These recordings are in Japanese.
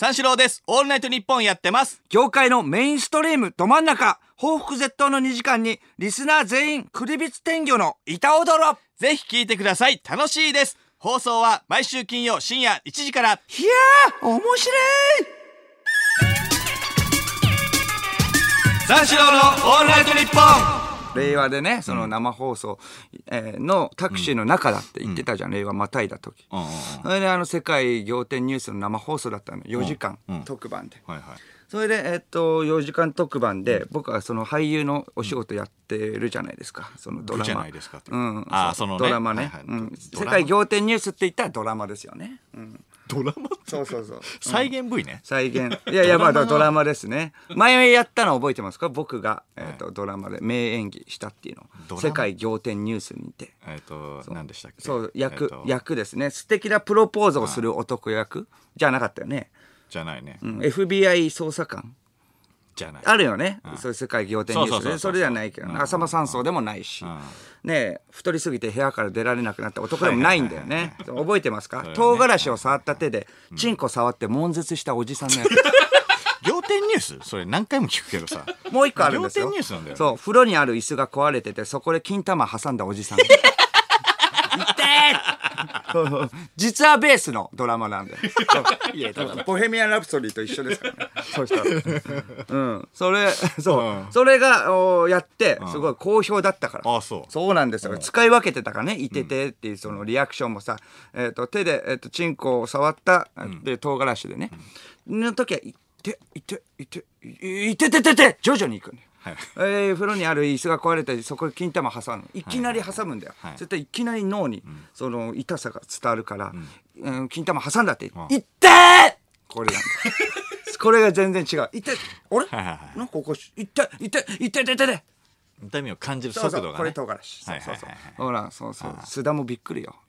三四郎です。オールナイトニッポンやってます。 業界のメインストリームど真ん中、報復絶倒の2時間にリスナー全員クリビツ天魚の板踊ろ。 ぜひ聞いてください。楽しいです。放送は毎週金曜深夜1時から。いやー面白い。 三四郎のオールナイトニッポン。 令和でね、その生放送、のタクシーの中だって言ってたじゃん、令和またいだ時、それで世界仰天ニュースの生放送だったの、4時間、特番で、それで4時間特番で、僕はその俳優のお仕事やってるじゃないですか、そのドラマじゃないですか、 そのドラマね、世界仰天ニュースって言ったらドラマですよね、 ドラマそう再現 V ね、 再現いやまだドラマですね。前やったの覚えてますか？僕が、ドラマで名演技したっていうの、世界仰天ニュースにて何でしたっけ？ そう役ですね。素敵なプロポーズをする男役じゃなかったよね。 じゃないね、 FBI 捜査官じゃないあるよね、そういう世界仰天ニュースで、それじゃないけど、浅間山荘でもないし、ね、太りすぎて部屋から出られなくなった男でもないんだよね。覚えてますか？唐辛子を触った手でチンコ触って悶絶したおじさんのやつ。 仰天ニュースそれ何回も聞くけどさ、 もう一個あるんですよ。 仰天ニュースなんだよね。 そう、風呂にある椅子が壊れてて、そこで金玉挟んだおじさん。実はベースのドラマなんだよ。いやだからボヘミアン・ラプソディと一緒ですからね。そうしたら、それがやってすごい好評だったから。そうなんですよ。使い分けてたからね、いててっていうそのリアクションもさ、手でチンコを触ったで唐辛子でね、の時はいて徐々に行くね。風呂にある椅子が壊れて、そこで金玉挟む、いきなり挟むんだよ、絶対いきなり脳にその痛さが伝わるから、金玉挟んだって「いってー!」これなんだ。これが全然違う。「いってあれなんかここいって痛みを感じる速度がね。 これ唐辛子。ほら須田もびっくりよ。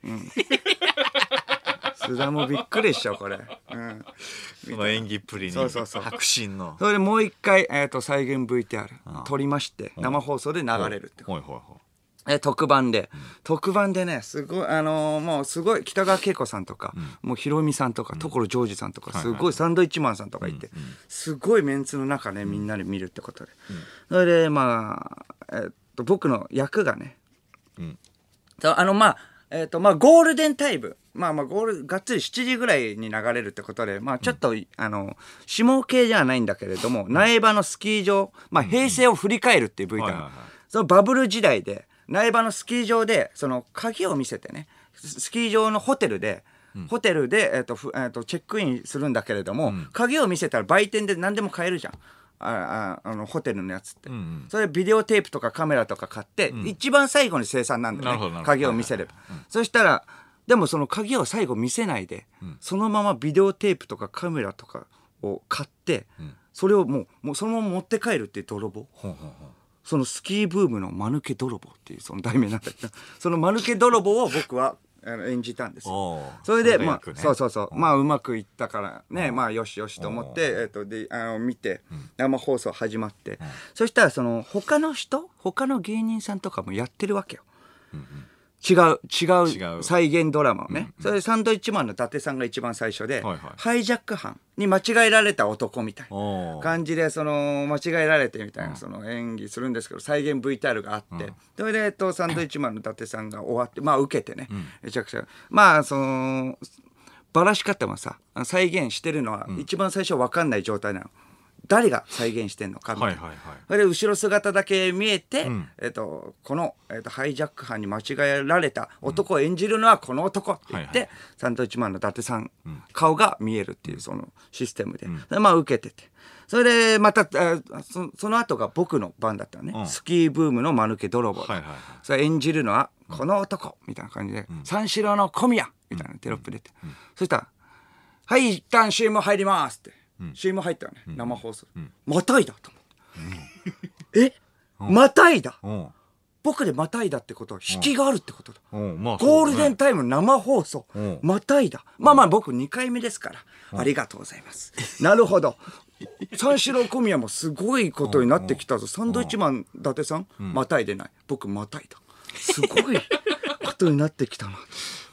須田もびっくりでしょこれ、 その演技っぷりに迫真の。 それでもう一回、再現 VTR 撮りまして、生放送で流れるって特番でね、すごいもうすごい北川景子さんとか、もうひろみさんとか所ジョージさんとか、すごいサンドイッチマンさんとかいて、すごいメンツの中ね、みんなで見るってことで、それで僕の役がね、ゴールデンタイム、ゴールがっつり7時ぐらいに流れるってことで、ちょっと下系じゃないんだけれども、苗場のスキー場、平成を振り返るっていう VTR、そのバブル時代で苗場のスキー場でその鍵を見せてね、スキー場のホテルでチェックインするんだけれども、鍵を見せたら売店で何でも買えるじゃん。ホテルのやつって、それビデオテープとかカメラとか買って、一番最後に生産なんだよね、鍵を見せれば。そしたらでもその鍵を最後見せないで、そのままビデオテープとかカメラとかを買って、それをもうそのまま持って帰るっていう泥棒。そのスキーブームの間抜け泥棒っていうその題名なんだけど、その間抜け泥棒を僕は演じたんですよ。それでうまくいったからね、よしよしと思って見て、生放送始まって、そしたらその他の芸人さんとかもやってるわけよ。違う再現ドラマをね。それでサンドイッチマンの伊達さんが一番最初で、ハイジャック犯に間違えられた男みたいな感じで、その間違えられてみたいなその演技するんですけど、再現 VTR があって、それでサンドイッチマンの伊達さんが終わって、受けてね、めちゃくちゃそのバラし方もさ、再現してるのは一番最初分かんない状態なの。誰が再現してんのかみたいな。それで後ろ姿だけ見えて、この、ハイジャック犯に間違えられた男を演じるのはこの男って言って、サンドウィッチマンの伊達さん、顔が見えるっていうそのシステムで、受けてて、それでまたその後が僕の番だったのね、スキーブームの間抜け泥棒、それ演じるのはこの男みたいな感じで、三四郎の小宮みたいなテロップ出て、そしたら「はい一旦 CM 入ります」って。CM 入ったよね、生放送、またいだと思って、またいだ、僕でまたいだってことは引きがあるってことだ、ゴールデンタイム生放送、またいだ、僕2回目ですから、ありがとうございます、なるほど、三四郎小宮もすごいことになってきたぞ、サンドイッチマン伊達さん、またいでない、僕またいだ、すごいことになってきたな。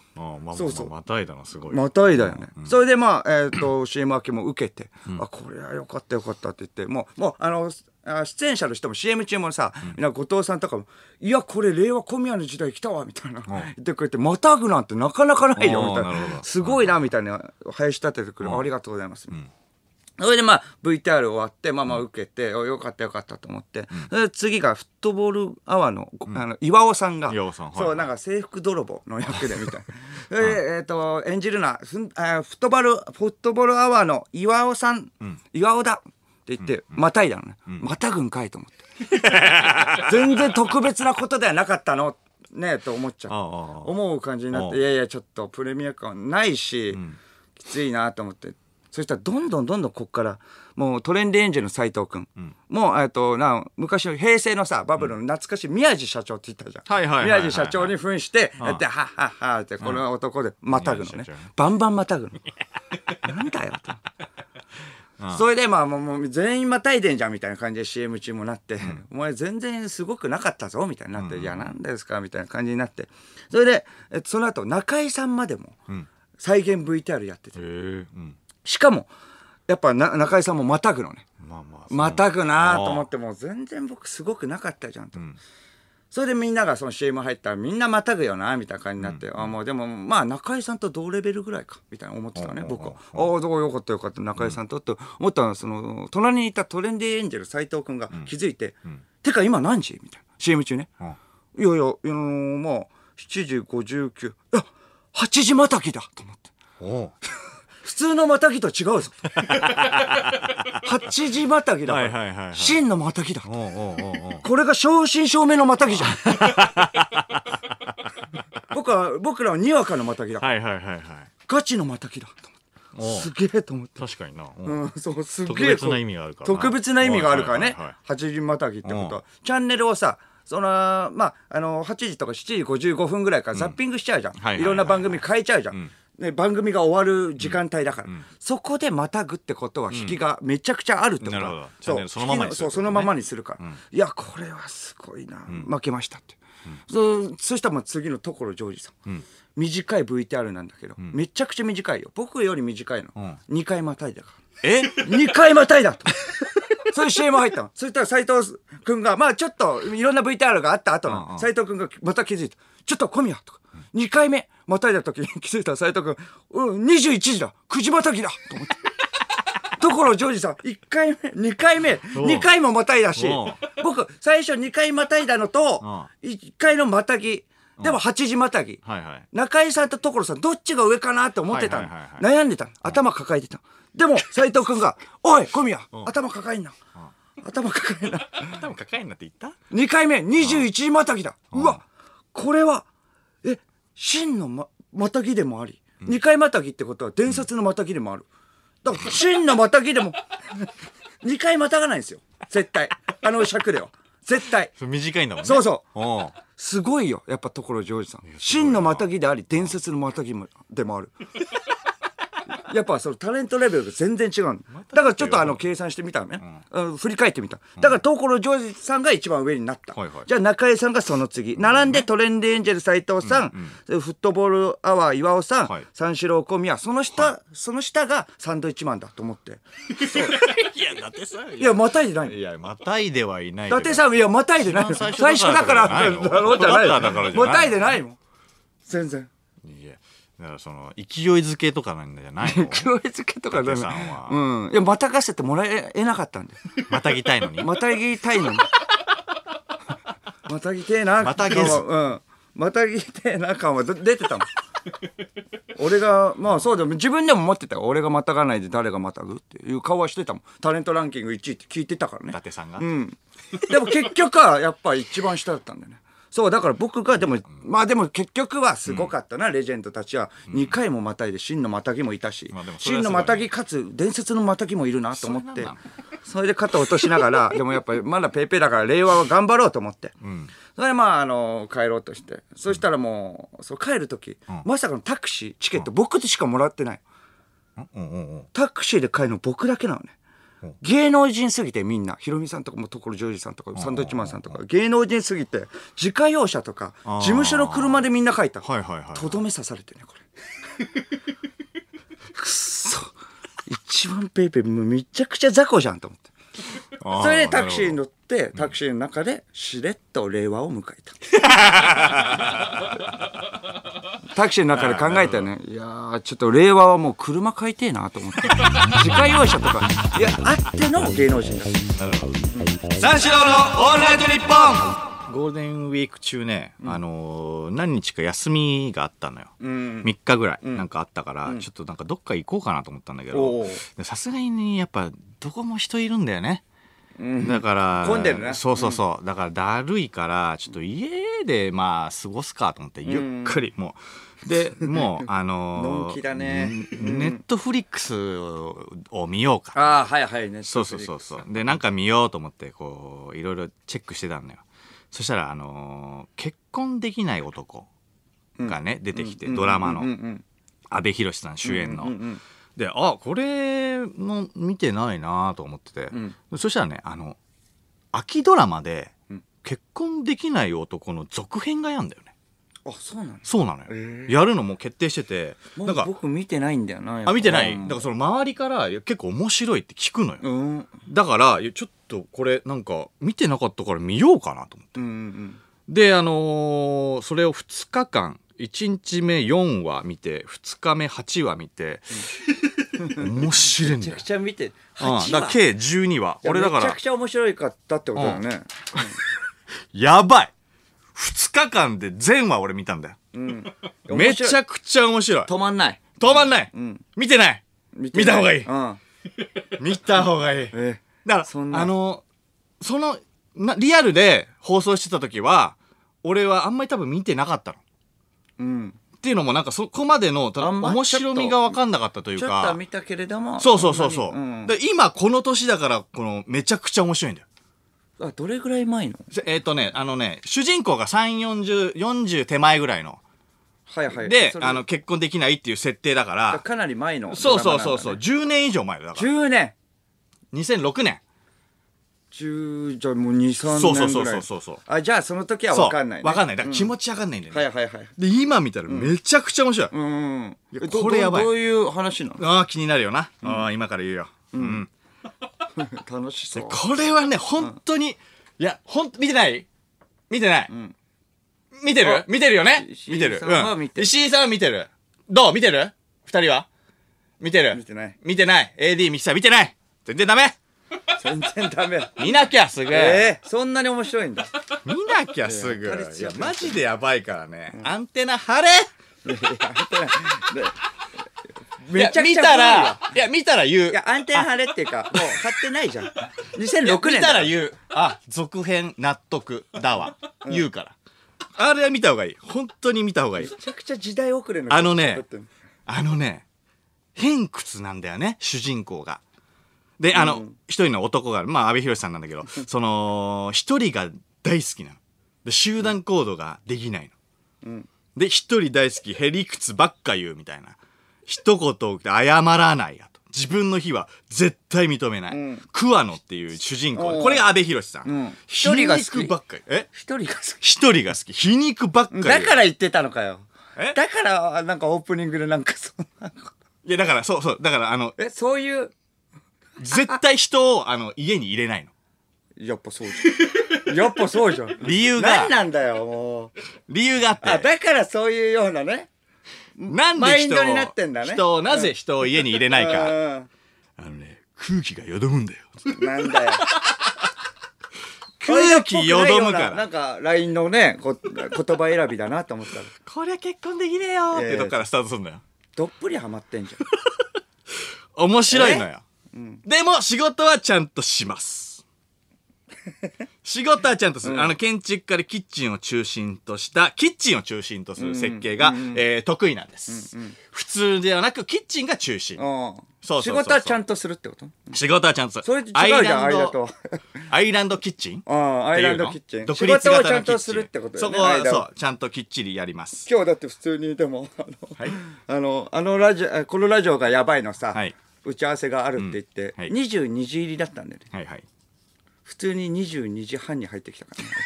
そうそう、またいだな、すごい。 またいだよね。それでまあ、CM 明けも受けて、これはよかったよかったって言って、もう出演者の人も CM 中もさ、みんな後藤さんとかも、いや、これ令和小宮の時代来たわ、みたいな。言ってくれて、またぐなんてなかなかないよ、みたいな。すごいな、みたいな、林立ててくる。ありがとうございます。それでまあ VTR 終わってまあまあ受けて、よかったよかったと思って、次がフットボールアワーの岩尾さんが、そうなんか制服泥棒の役でみたいな演じるなフットボールアワーの岩尾さん、岩尾だって言ってまたいだのね、またぐんかいと思って全然特別なことではなかったのねと思っちゃう、思う感じになって、いやいやちょっとプレミア感ないし、きついなと思って。そしたらどんどんここからもうトレンディエンジェルの斉藤君、もう昔の平成のさバブルの懐かしい宮地社長って言ったじゃん、宮地社長に扮してやってはっはっはってこの男でまたぐのね、バンバンまたぐのなんだよと。それでまあもう全員またいでんじゃんみたいな感じで CM 中もなって、お前全然すごくなかったぞみたいになって、いやなんですかみたいな感じになって、それでその後中居さんまでも再現 VTR やってて、しかもやっぱ中居さんもまたぐのね、またぐなと思って、もう全然僕すごくなかったじゃんと、それでみんながその CM 入ったらみんなまたぐよなみたいな感じになって、もうでもまあ中居さんと同レベルぐらいかみたいな思ってたね、僕は。よかったよかった中居さんとって思ったら、その隣にいたトレンディエンジェル斉藤君が気づいて、てか今何時みたいな CM 中ね、いやいやまあ7時59、あ8時またぎだと思って。普通のまたぎと違うぞ8時またぎだから、真のまたぎだ、これが正真正銘のまたぎじゃん僕らはにわかのまたぎだ、ガチのまたぎだと思って、すげえと思って。 確かにな、 そうすげえ特別な意味があるから、 特別な意味があるからね、8時またぎってことはチャンネルをさ、そのまあ8時とか7時55分ぐらいからザッピングしちゃうじゃん、いろんな番組変えちゃうじゃん、番組が終わる時間帯だから、そこでまたぐってことは引きがめちゃくちゃあるってことは、 そのままにする、 そのままにするから、いやこれはすごいな、負けましたって、そしたらもう次の所ジョージさん、短い VTR なんだけど、めちゃくちゃ短いよ、僕より短いの、2回またいだから2回またいだとそういう CM 入ったの。そしたら斉藤君がまあちょっといろんな VTR があった後の斉藤君がまた気づいて、ちょっと小宮とか2回目またいだ時に気づいたら斉藤君、21時だ9時またぎだと思って所ジョージさん1回目2回目2回もまたいだし、僕最初2回またいだのと1回のまたぎでも8時またぎ、中居さんと所さんどっちが上かなって思ってたの、悩んでたの、頭抱えてた。でも斉藤君が「おい小宮頭抱えんな、頭抱えんな頭抱えんな」って言った。 2回目21時またぎだ、うわこれは真のまたぎでもあり、2回またぎってことは伝説のまたぎでもある、だから真のまたぎでも2回またがないんですよ絶対、尺では絶対短いんだもんね。 そうそうすごいよやっぱ所ジョージさん、真のまたぎであり伝説のまたぎでもあるやっぱそのタレントレベルが全然違うだからちょっと計算してみたのね、振り返ってみた、だから所ジョージさんが一番上になった、じゃあ中居さんがその次並んで、トレンディエンジェル斉藤さん、フットボールアワー岩尾さん、三四郎小宮、その下がサンドイッチマンだと思っていや伊達さん、 いやまたいでない、 いやまたいではいない、 伊達さんいやまたいでない、最初だからだろうじゃない、またいでないもん全然。 いやだからその勢いづけとかなんじゃないの。 勢いづけとかだね。いやまたがせてもらえなかったんで。 またぎたいのに。 またぎたいのに。またぎてえな。 またげず。 またぎてえな感は出てたもん。俺がまあそうでも自分でも思ってたよ。俺がまたがないで誰がまたぐっていう顔はしてたもん。タレントランキング1位って聞いてたからね。 伊達さんが。 でも結局はやっぱ一番下だったんだよね。そうだから僕がでもまあでも結局はすごかったな、レジェンドたちは2回もまたいで真のまたぎもいたし、真のまたぎかつ伝説のまたぎもいるなと思って、それで肩落としながらでもやっぱりまだペイペイだから令和は頑張ろうと思って、それでまあ帰ろうとして、そしたらもう帰る時まさかのタクシーチケット僕でしかもらってない、タクシーで帰るの僕だけなのね。 芸能人すぎてみんなヒロミさんとかも所ジョージさんとかサンドウィッチマンさんとか芸能人すぎて自家用車とか事務所の車でみんな書いた。とどめ刺されてねこれ。くっそ一番ペイペイめちゃくちゃ雑魚じゃんと思って。それでタクシーに乗ってタクシーの中でしれっと令和を迎えた。タクシーの中で考えたね。いやーちょっと令和はもう車買いてえなと思って。自家用車とかいやあっての芸能人だ。 三四郎のオールナイトニッポン。 ゴールデンウィーク中ね、何日か休みがあったのよ、3日ぐらいなんかあったから、ちょっとなんかどっか行こうかなと思ったんだけど、さすがにやっぱどこも人いるんだよね。だから混んでるね。 そうそうそう、だからだるいからちょっと家でまあ過ごすかと思ってゆっくりもうでもうのんきだね。 ネットフリックスを見ようか。 ああはいはいね。 そうでなんか見ようと思ってこういろいろチェックしてたんだよ。そしたら結婚できない男がね、出てきて、ドラマの阿部寛さん主演の。でこれも見てないなと思ってて、そしたらね秋ドラマで結婚できない男の続編がやんだよね。 あそうなの。 そうなのよ、やるのも決定してて。 なんか僕見てないんだよな。 見てない。だからその周りから結構面白いって聞くのよ、だからちょっとこれなんか見てなかったから見ようかなと思って、でそれを2日間1日目4話見て2日目8話見て、面白いんだよ。 めちゃくちゃ見てだから計12話。俺だからめちゃくちゃ面白かったってことだよね。 やばい2日間で全話俺見たんだよ、めちゃくちゃ面白い。 止まんない。 見てない。見た方がいい。見た方がいい。だからそのリアルで放送してた時は俺はあんまり多分見てなかったの。っていうのもなんかそこまでの面白みが分かんなかったというか。 ちょっと見たけれども。 そう。で今この年だからめちゃくちゃ面白いんだよ。 どれぐらい前の？ 主人公が40手前ぐらいの。で結婚できないっていう設定だからかなり前の。 そう10年以上前だから。 10年。 2006年。 じゃあもう2、3年ぐらい。 そう。 じゃあその時は分かんないね。 分かんない。だから気持ち分かんないんだよね。 はい。 で今見たらめちゃくちゃ面白い。これやばい。 どういう話なの？ 気になるよな。今から言うよ。 楽しそう。 これはね本当にいや見てない？見てるよね。見てる。石井さんは見てる。どう？見てる？2人は見てる？見てない。AD ミキサー見てない。全然ダメ。見なきゃすぐ。 そんなに面白いんだ。 見なきゃすぐ。いやマジでやばいからね。アンテナ張れ。見たら言う。 いやアンテナ張れっていうかもう張ってないじゃん。2006年。 見たら言う。続編納得だわ。言うから。あれは見た方がいい。本当に見た方がいい。 めちゃくちゃ時代遅れの。 偏屈なんだよね主人公が。で一人の男が阿部寛さんなんだけど、一人が大好きなので集団行動ができないの、で一人大好きへりくつばっか言うみたいな一言で謝らないやと自分の非は絶対認めない、桑野っていう主人公、これが阿部寛さん、 一人が好き。 皮肉ばっかり一人が好き。 一人が好き皮肉ばっかり。 だから言ってたのかよ。だからなんかオープニングでなんかそんな。 いやだからそうだからそういう絶対人を家に入れないの。 やっぱそうじゃん。 理由が何なんだよもう。 理由があって。 だからそういうようなね。 なんでマインドになってんだね。 なぜ人を家に入れないか。空気がよどむんだよ。 なんだよ。 空気よどむから。 なんか LINE のね言葉選びだなと思ったら。 こりゃ結婚できねえよってとこからスタートするんだよ。 どっぷりハマってんじゃん。面白いのよ。でも仕事はちゃんとします。仕事はちゃんとする。建築家でキッチンを中心とする設計が得意なんです。普通ではなくキッチンが中心。 仕事はちゃんとするってこと？ 仕事はちゃんとする。 それ違うじゃん間と。 アイランドキッチン？ アイランドキッチン。 独立型のキッチン。仕事をちゃんとするってことだよね。 そこはそうちゃんときっちりやります。 今日だって普通にでもこのラジオがやばいのさ。 打ち合わせがあるって言って、 はい 22時入りだったんだよね。 はいはい。 普通に22時半に入ってきたからね。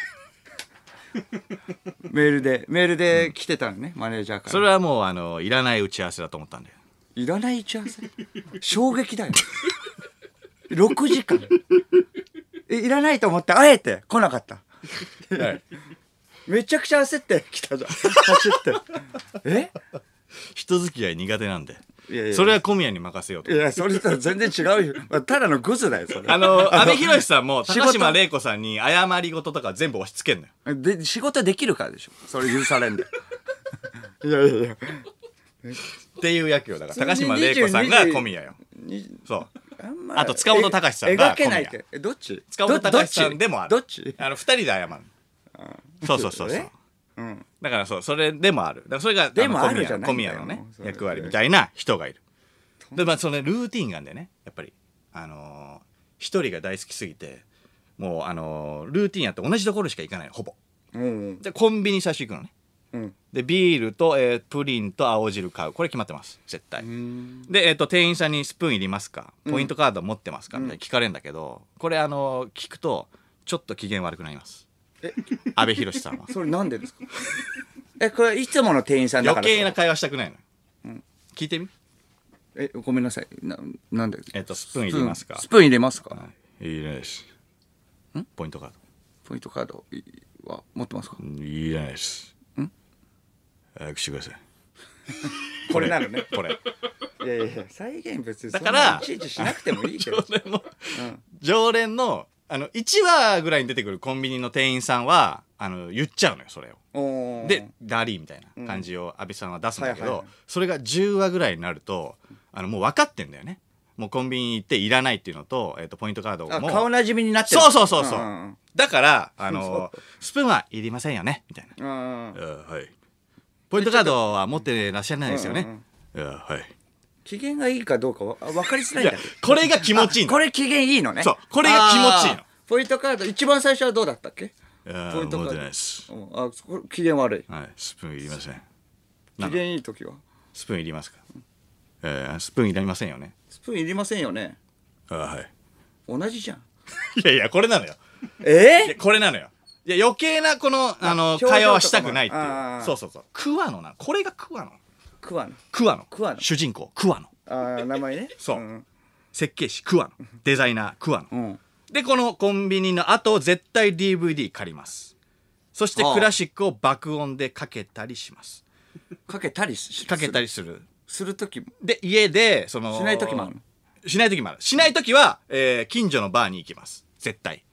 メールで来てたのね、マネージャーから。 それはもういらない打ち合わせだと思ったんだよ。 いらない打ち合わせ衝撃だよ。6時間いらないと思ってあえて来なかった。 はい、 めちゃくちゃ焦って来たじゃん。走って人付き合い苦手なんで。 いやいやそれは小宮に任せようと。 いやそれとは全然違うよ。ただのグズだよそれ。 阿部寛さんも高島玲子さんに謝り事とか全部押し付けんのよ。 で仕事できるからでしょ、それ許されんで。いやいやいやっていう役よ。だから高島玲子さんが小宮よ。そうあと塚本隆さんが小宮。 描けないってどっち？ 塚本隆さんでもある。 どっち 2人で謝る。そうそうそうそう。だからそれでもある。だからそれがでもあるじゃない小宮のね役割みたいな人がいる。でそのルーティンがあんでね、やっぱり一人が大好きすぎて、もうルーティンやって同じところしか行かないのほぼ。でコンビニ最初行くのね。でビールと、プリンと青汁買う、これ決まってます絶対。で、店員さんにスプーンいりますか、ポイントカード持ってますかみたいな聞かれるんだけど、これ聞くとちょっと機嫌悪くなります。阿部寛さんは。 それなんでですか？これいつもの店員さんだから余計な会話したくないの。聞いてみ。 ごめんなさい。なんで？ スプーン入れますか？ スプーン入れますか？ いらないです。ポイントカード。 ポイントカードは持ってますか？ いらないです。早くしてください。 これなのね。 これ。 いやいや再現別にだからいちいちしなくてもいいけど。 常連の1話ぐらいに出てくるコンビニの店員さんは言っちゃうのよそれを。でダリーみたいな感じを阿部さんは出すんだけど、それが10話ぐらいになるともう分かってんだよね。もうコンビニ行っていらないっていうのと、ポイントカードも顔なじみになってる。 そうだからスプーンはいりませんよねみたいな。はい。ポイントカードは持ってらっしゃらないですよね。はい。 機嫌がいいかどうか分かりづらいんだけど。 これが気持ちいいの。 これ機嫌いいのね。 そうこれが気持ちいいの。 ポイントカード一番最初はどうだったっけ？ ポイントカード持ってないです。 機嫌悪い。 はい。スプーンいりません。 機嫌いい時はスプーンいりますか？スプーンいりませんよね。 スプーンいりませんよね。 はい。 同じじゃん。 いやいやこれなのよ。これなのよ。いや余計なこの会話はしたくないっていう。そう桑野な。これが桑野。主人公桑野。 名前ね。 そう設計士桑野、デザイナー桑野。でこのコンビニの後絶対 DVD 借ります。そしてクラシックを爆音でかけたりします。 かけたりする時で家でしない時もあるの？ しない時もある。しない時は近所のバーに行きます絶対。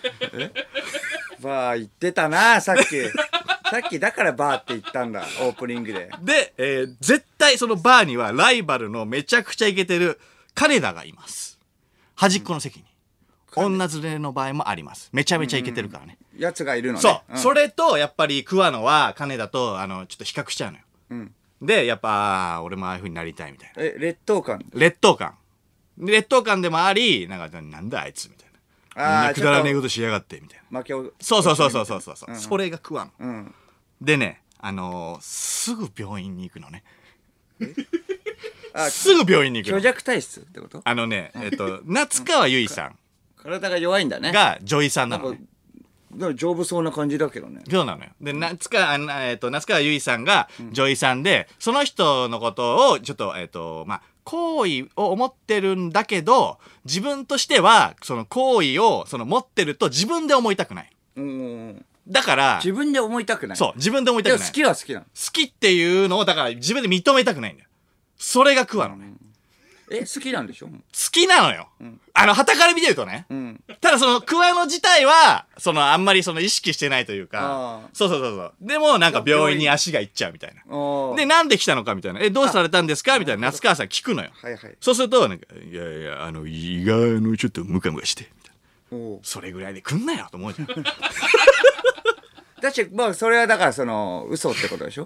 バー行ってたなさっきだからバーって言ったんだオープニングで。 で、絶対そのバーにはライバルのめちゃくちゃイケてる金田がいます。端っこの席に、女連れの場合もあります。めちゃめちゃイケてるからね。 やつがいるのね。 それとやっぱり桑野は金田とちょっと比較しちゃうのよ。でやっぱ俺もああいう風になりたいみたいな。 劣等感でもあり、なんだあいつみたいな。くだらねえことしやがってみたいな。そうそれが桑野。でねすぐ病院に行くのね。すぐ病院に行くの。 虚弱体質ってこと？ 夏川由衣さん体が弱いんだね。 が女医さんなのね。 丈夫そうな感じだけどね。 そうなのよ。で夏川由衣さんが女医さんで、その人のことをちょっと好意を持ってるんだけど、自分としてはその好意を持ってると自分で思いたくない。だから自分で思いたくない。 そう自分で思いたくない。 好きは好きなの。 好きっていうのをだから自分で認めたくないんだよ。それが桑野ね。 好きなんでしょ？好きなのよ。傍から見てるとね。ただその桑野自体はあんまり意識してないというか。そうでも病院に足が行っちゃうみたいな。でなんで来たのかみたいな。どうされたんですかみたいな夏川さん聞くのよ。そうするといや胃がちょっとムカムカしてみたいな。それぐらいで来んなよと思うじゃん。 だしそれはだから嘘ってことでしょ？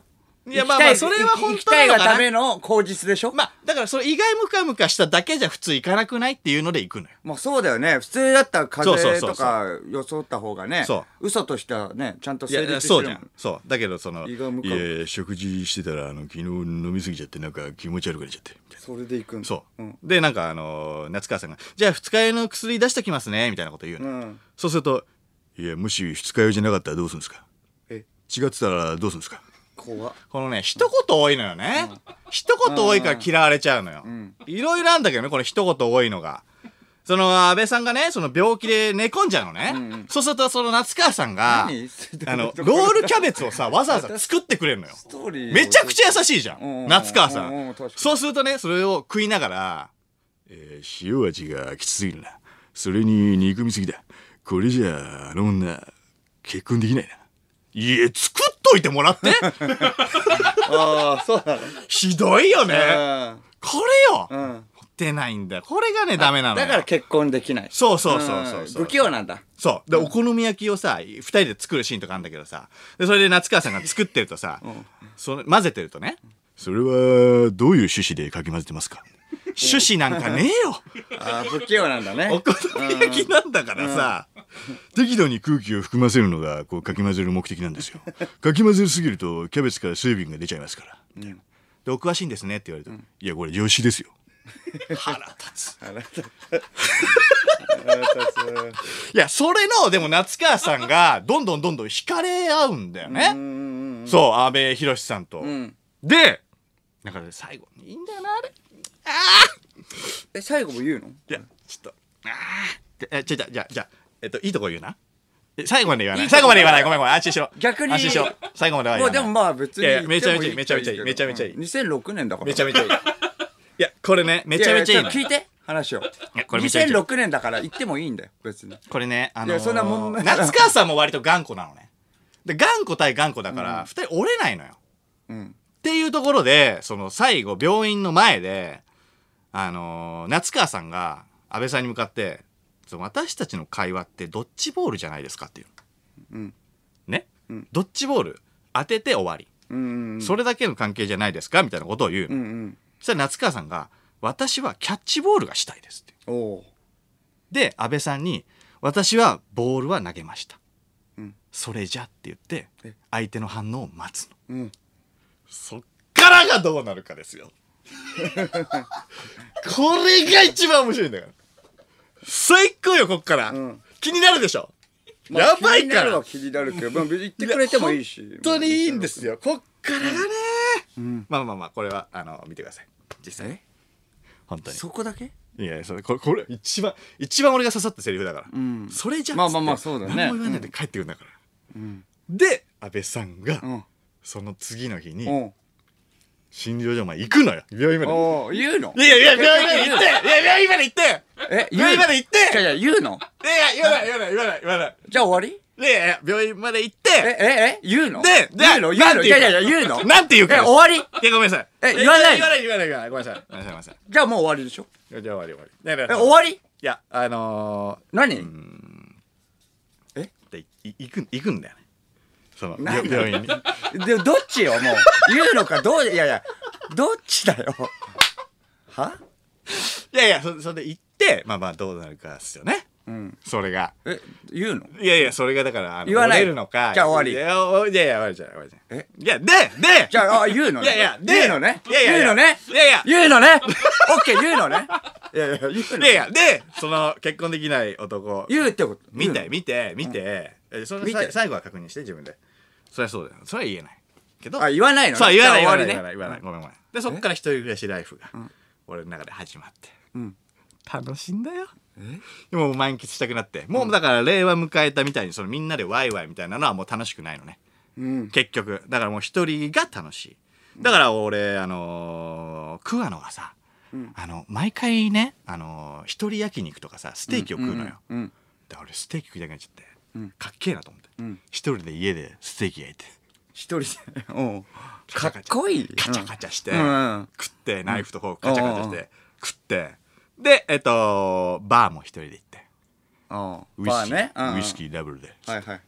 いやまあまあそれは本行きたい当なのかな。 がための口実でしょ。 まあだからそれ意外ムカムカしただけじゃ普通行かなくないっていうので行くのよ。 まあそうだよね。普通だったら風そう邪とか装った方がね、嘘としてはねちゃんと成立してるもん。 そうじゃん。そうだけどその意外ムカムカいや食事してたら昨日飲みすぎちゃってなんか気持ち悪くなっちゃってみたいな。 それで行くんだ。 そう、でなんか夏川さんがじゃあ二日酔いの薬出しときますねみたいなこと言うの、そうするといやもし二日酔いじゃなかったらどうするんですか、違ってたらどうするんですか。 怖っ。 このね一言多いのよね、一言多いから嫌われちゃうのよ、いろいろあるんだけどねこの一言多いのが。その安倍さんがねその病気で寝込んじゃうのね、そうするとその夏川さんがロールキャベツをさわざわざ作ってくれるのよ。めちゃくちゃ優しいじゃん夏川さん。そうするとねそれを食いながら、塩味がきつすぎるな、それに憎みすぎだ、これじゃあの女結婚できないな、いや作っといてもらってああそうなの。 ひどいよねこれよ、持ってないんだよこれがねダメなのよ。 だから結婚できない。 そう不器用なんだ。 そうでお好み焼きをさ2人で作るシーンとかあるんだけどさ、でそれで夏川さんが作ってるとさ、その混ぜてるとね、それはどういう趣旨でかき混ぜてますか、趣旨なんかねえよあ不器用なんだね。 お好み焼きなんだからさ、適度に空気を含ませるのがこうかき混ぜる目的なんですよ。かき混ぜすぎるとキャベツから水分が出ちゃいますから、でお詳しいんですねって言われると、いやこれ常識ですよ腹立ついやそれのでも夏川さんがどんどん惹かれ合うんだよね。そう阿部寛さんと、でなんかね最後いいんだよなあれ。 最後も言うの？ いやちょっとじゃあいいとこ言うな。最後まで言わない。最後まで言わない。ごめん安心しろ。 逆に安心しろ。最後までは言わない。 でもまあ別にめちゃめちゃいい。めちゃめちゃいい。 2006年だから。 めちゃめちゃいい。いやこれねめちゃめちゃいいの。 聞いて話を。 これめちゃめちゃ 2006年だから言ってもいいんだよ別に。 これねそんなもん夏川さんも割と頑固なのね。で頑固対頑固だから2人折れないのよ。っていうところでその最後病院の前で夏川さんが安倍さんに向かって私たちの会話ってドッジボールじゃないですかっていう、ね、ドッジボール当てて終わり、それだけの関係じゃないですかみたいなことを言うの、そしたら夏川さんが私はキャッチボールがしたいですってで安倍さんに私はボールは投げました、それじゃって言って相手の反応を待つの、そっからがどうなるかですよこれが一番面白いんだから最高よこっから、気になるでしょ、やばいから気になるけど言ってくれてもいいし本当にいいんですよこっからがね、まあこれは見てください実際本当にそこだけ。 いやこれ一番俺が刺さったセリフだから、それじゃまあそうだね。 何も言わないで帰ってくるんだから、で安倍さんが、その次の日に診療所まで行くのよ病院まで。 言うの？ いや病院まで行って病院まで行って病院まで行って言うの？ いや言わない。 じゃあ終わり？ いや病院まで行って言うの？ 言うの？ いや言うの？ なんて言うか終わり？ いやごめんなさい。 言わないごめんなさい。 じゃあもう終わりでしょ？ じゃあ終わり。 終わり？ いや何？ 行くんだよね。その病院に。 でどっちよもう言うのかどういやどっちだよ。 いやそれで行ってまあどうなるかですよね。それが言うの？ いやそれがだから言わない折れるのか。 じゃあ終わり。 いや終わりじゃない。いやでじゃあ言うのね。 いや言うのね。 言うのね。 言うのね。オッケー言うのね。いや言うの。 いやでその結婚できない男言うってこと。 見てその最後は確認して自分で。そりゃそうだよ。それは言えないけど。 言わないの？ そう言わない。 ね。 ごめん。でそっから一人暮らしライフが俺の中で始まって。楽しいんだよ。でも満喫したくなってもうだから令和迎えたみたいにそのみんなでワイワイみたいなのはもう楽しくないのね、結局だからもう一人が楽しい。だから俺桑野がさ、毎回ね一人焼肉とかさステーキを食うのよ、で俺ステーキ食いたくなっちゃって、かっけえなと思って、一人で家でステーキ焼いて一人でかっこいいカチャカチャして、食ってナイフとフォークカチャカチャして食ってでバーも一人で行ってウイスキーダブルで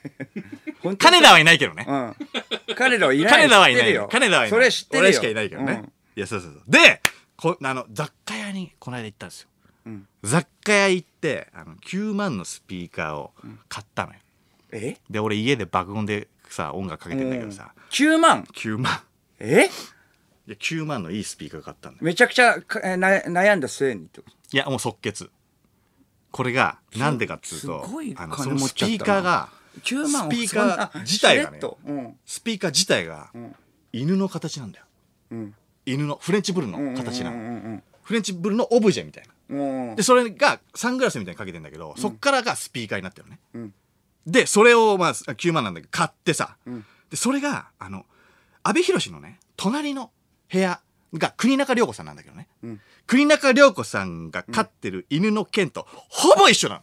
金田はいないけどね。 金田はいない。 金田はいないよ。金田はいない。 それ知ってるよ。 俺しかいないけどね。いや、そうそうそう。で、雑貨屋にこの間行ったんですよ。雑貨屋行って9万のスピーカーを買ったのよ。で俺家で爆音でさ音楽かけてんだけどさ、 9万 9万いや9万のいいスピーカー買ったんだよ。 めちゃくちゃ悩んだ末にってこと？ いやもう即決。これがなんでかっつうとそのスピーカーが 9万スピーカー自体がねスピーカー自体が犬の形なんだよ。犬のフレンチブルの形なの。フレンチブルのオブジェみたいな。でそれがサングラスみたいにかけてんだけど、そっからがスピーカーになってるね。でそれをまあ9万なんだけど買ってさ、でそれが阿部寛のね隣の部屋が国中涼子さんなんだけどね、国中涼子さんが飼ってる犬の件とほぼ一緒なの。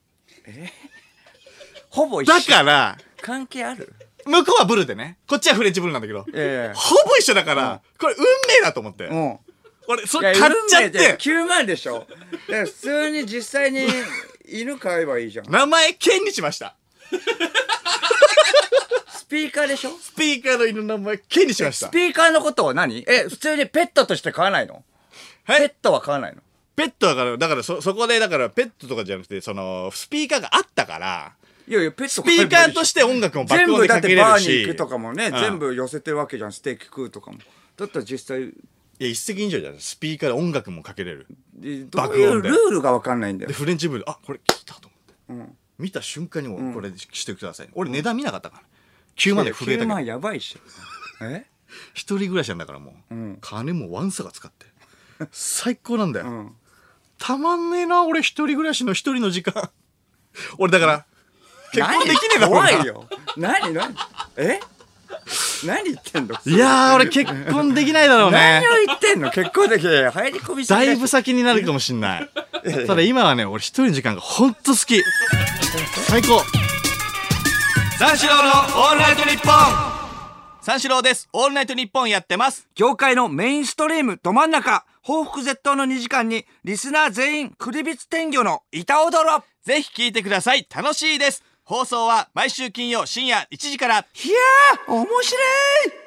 ほぼ一緒だから関係ある？ 向こうはブルでね、こっちはフレンチブルなんだけど、ほぼ一緒だから、これ運命だと思って。俺それ買っちゃって 9万でしょ。普通に実際に犬飼えばいいじゃん。 名前ケンにしました。 スピーカーでしょ。 スピーカーの犬の名前ケンにしました。 スピーカーのことを何？普通にペットとして飼わないの？ペットは飼わないの？ ペットだからそこでだからペットとかじゃなくてそのスピーカーがあったから、 いやいやペットスピーカーとして音楽も爆音でかけれるし、全部だってバーに行くとかもね、全部寄せてるわけじゃん。ステーキ食うとかもだったら実際いや一石二鳥じゃん。スピーカーで音楽もかけれる。 どういうルールが分かんないんだよ。 でフレンチブルこれ聞いたと思って、見た瞬間にもこれしてください、俺値段見なかったから9万で震えたけど。 9万やばいっしょ。 一人暮らしなんだからもう、金もワンサが使って最高なんだよ、たまんねえな俺一人暮らしの一人の時間。俺だから結婚できねえだろうな。 怖いよ。何何言ってんの？ いやー俺結婚できないだろうね。 何を言ってんの？結婚できない。入り込みすぎだいぶ先になるかもしんない。ただ今はね俺一人の時間がほんと好き。最高。 三四郎のオールナイトニッポン。三四郎です。オールナイトニッポンやってます。 業界のメインストリームど真ん中、報復絶倒の2時間にリスナー全員クリビツ天魚の板踊ろ。 ぜひ聞いてください。楽しいです。放送は毎週金曜深夜1時から。 いやー面白い。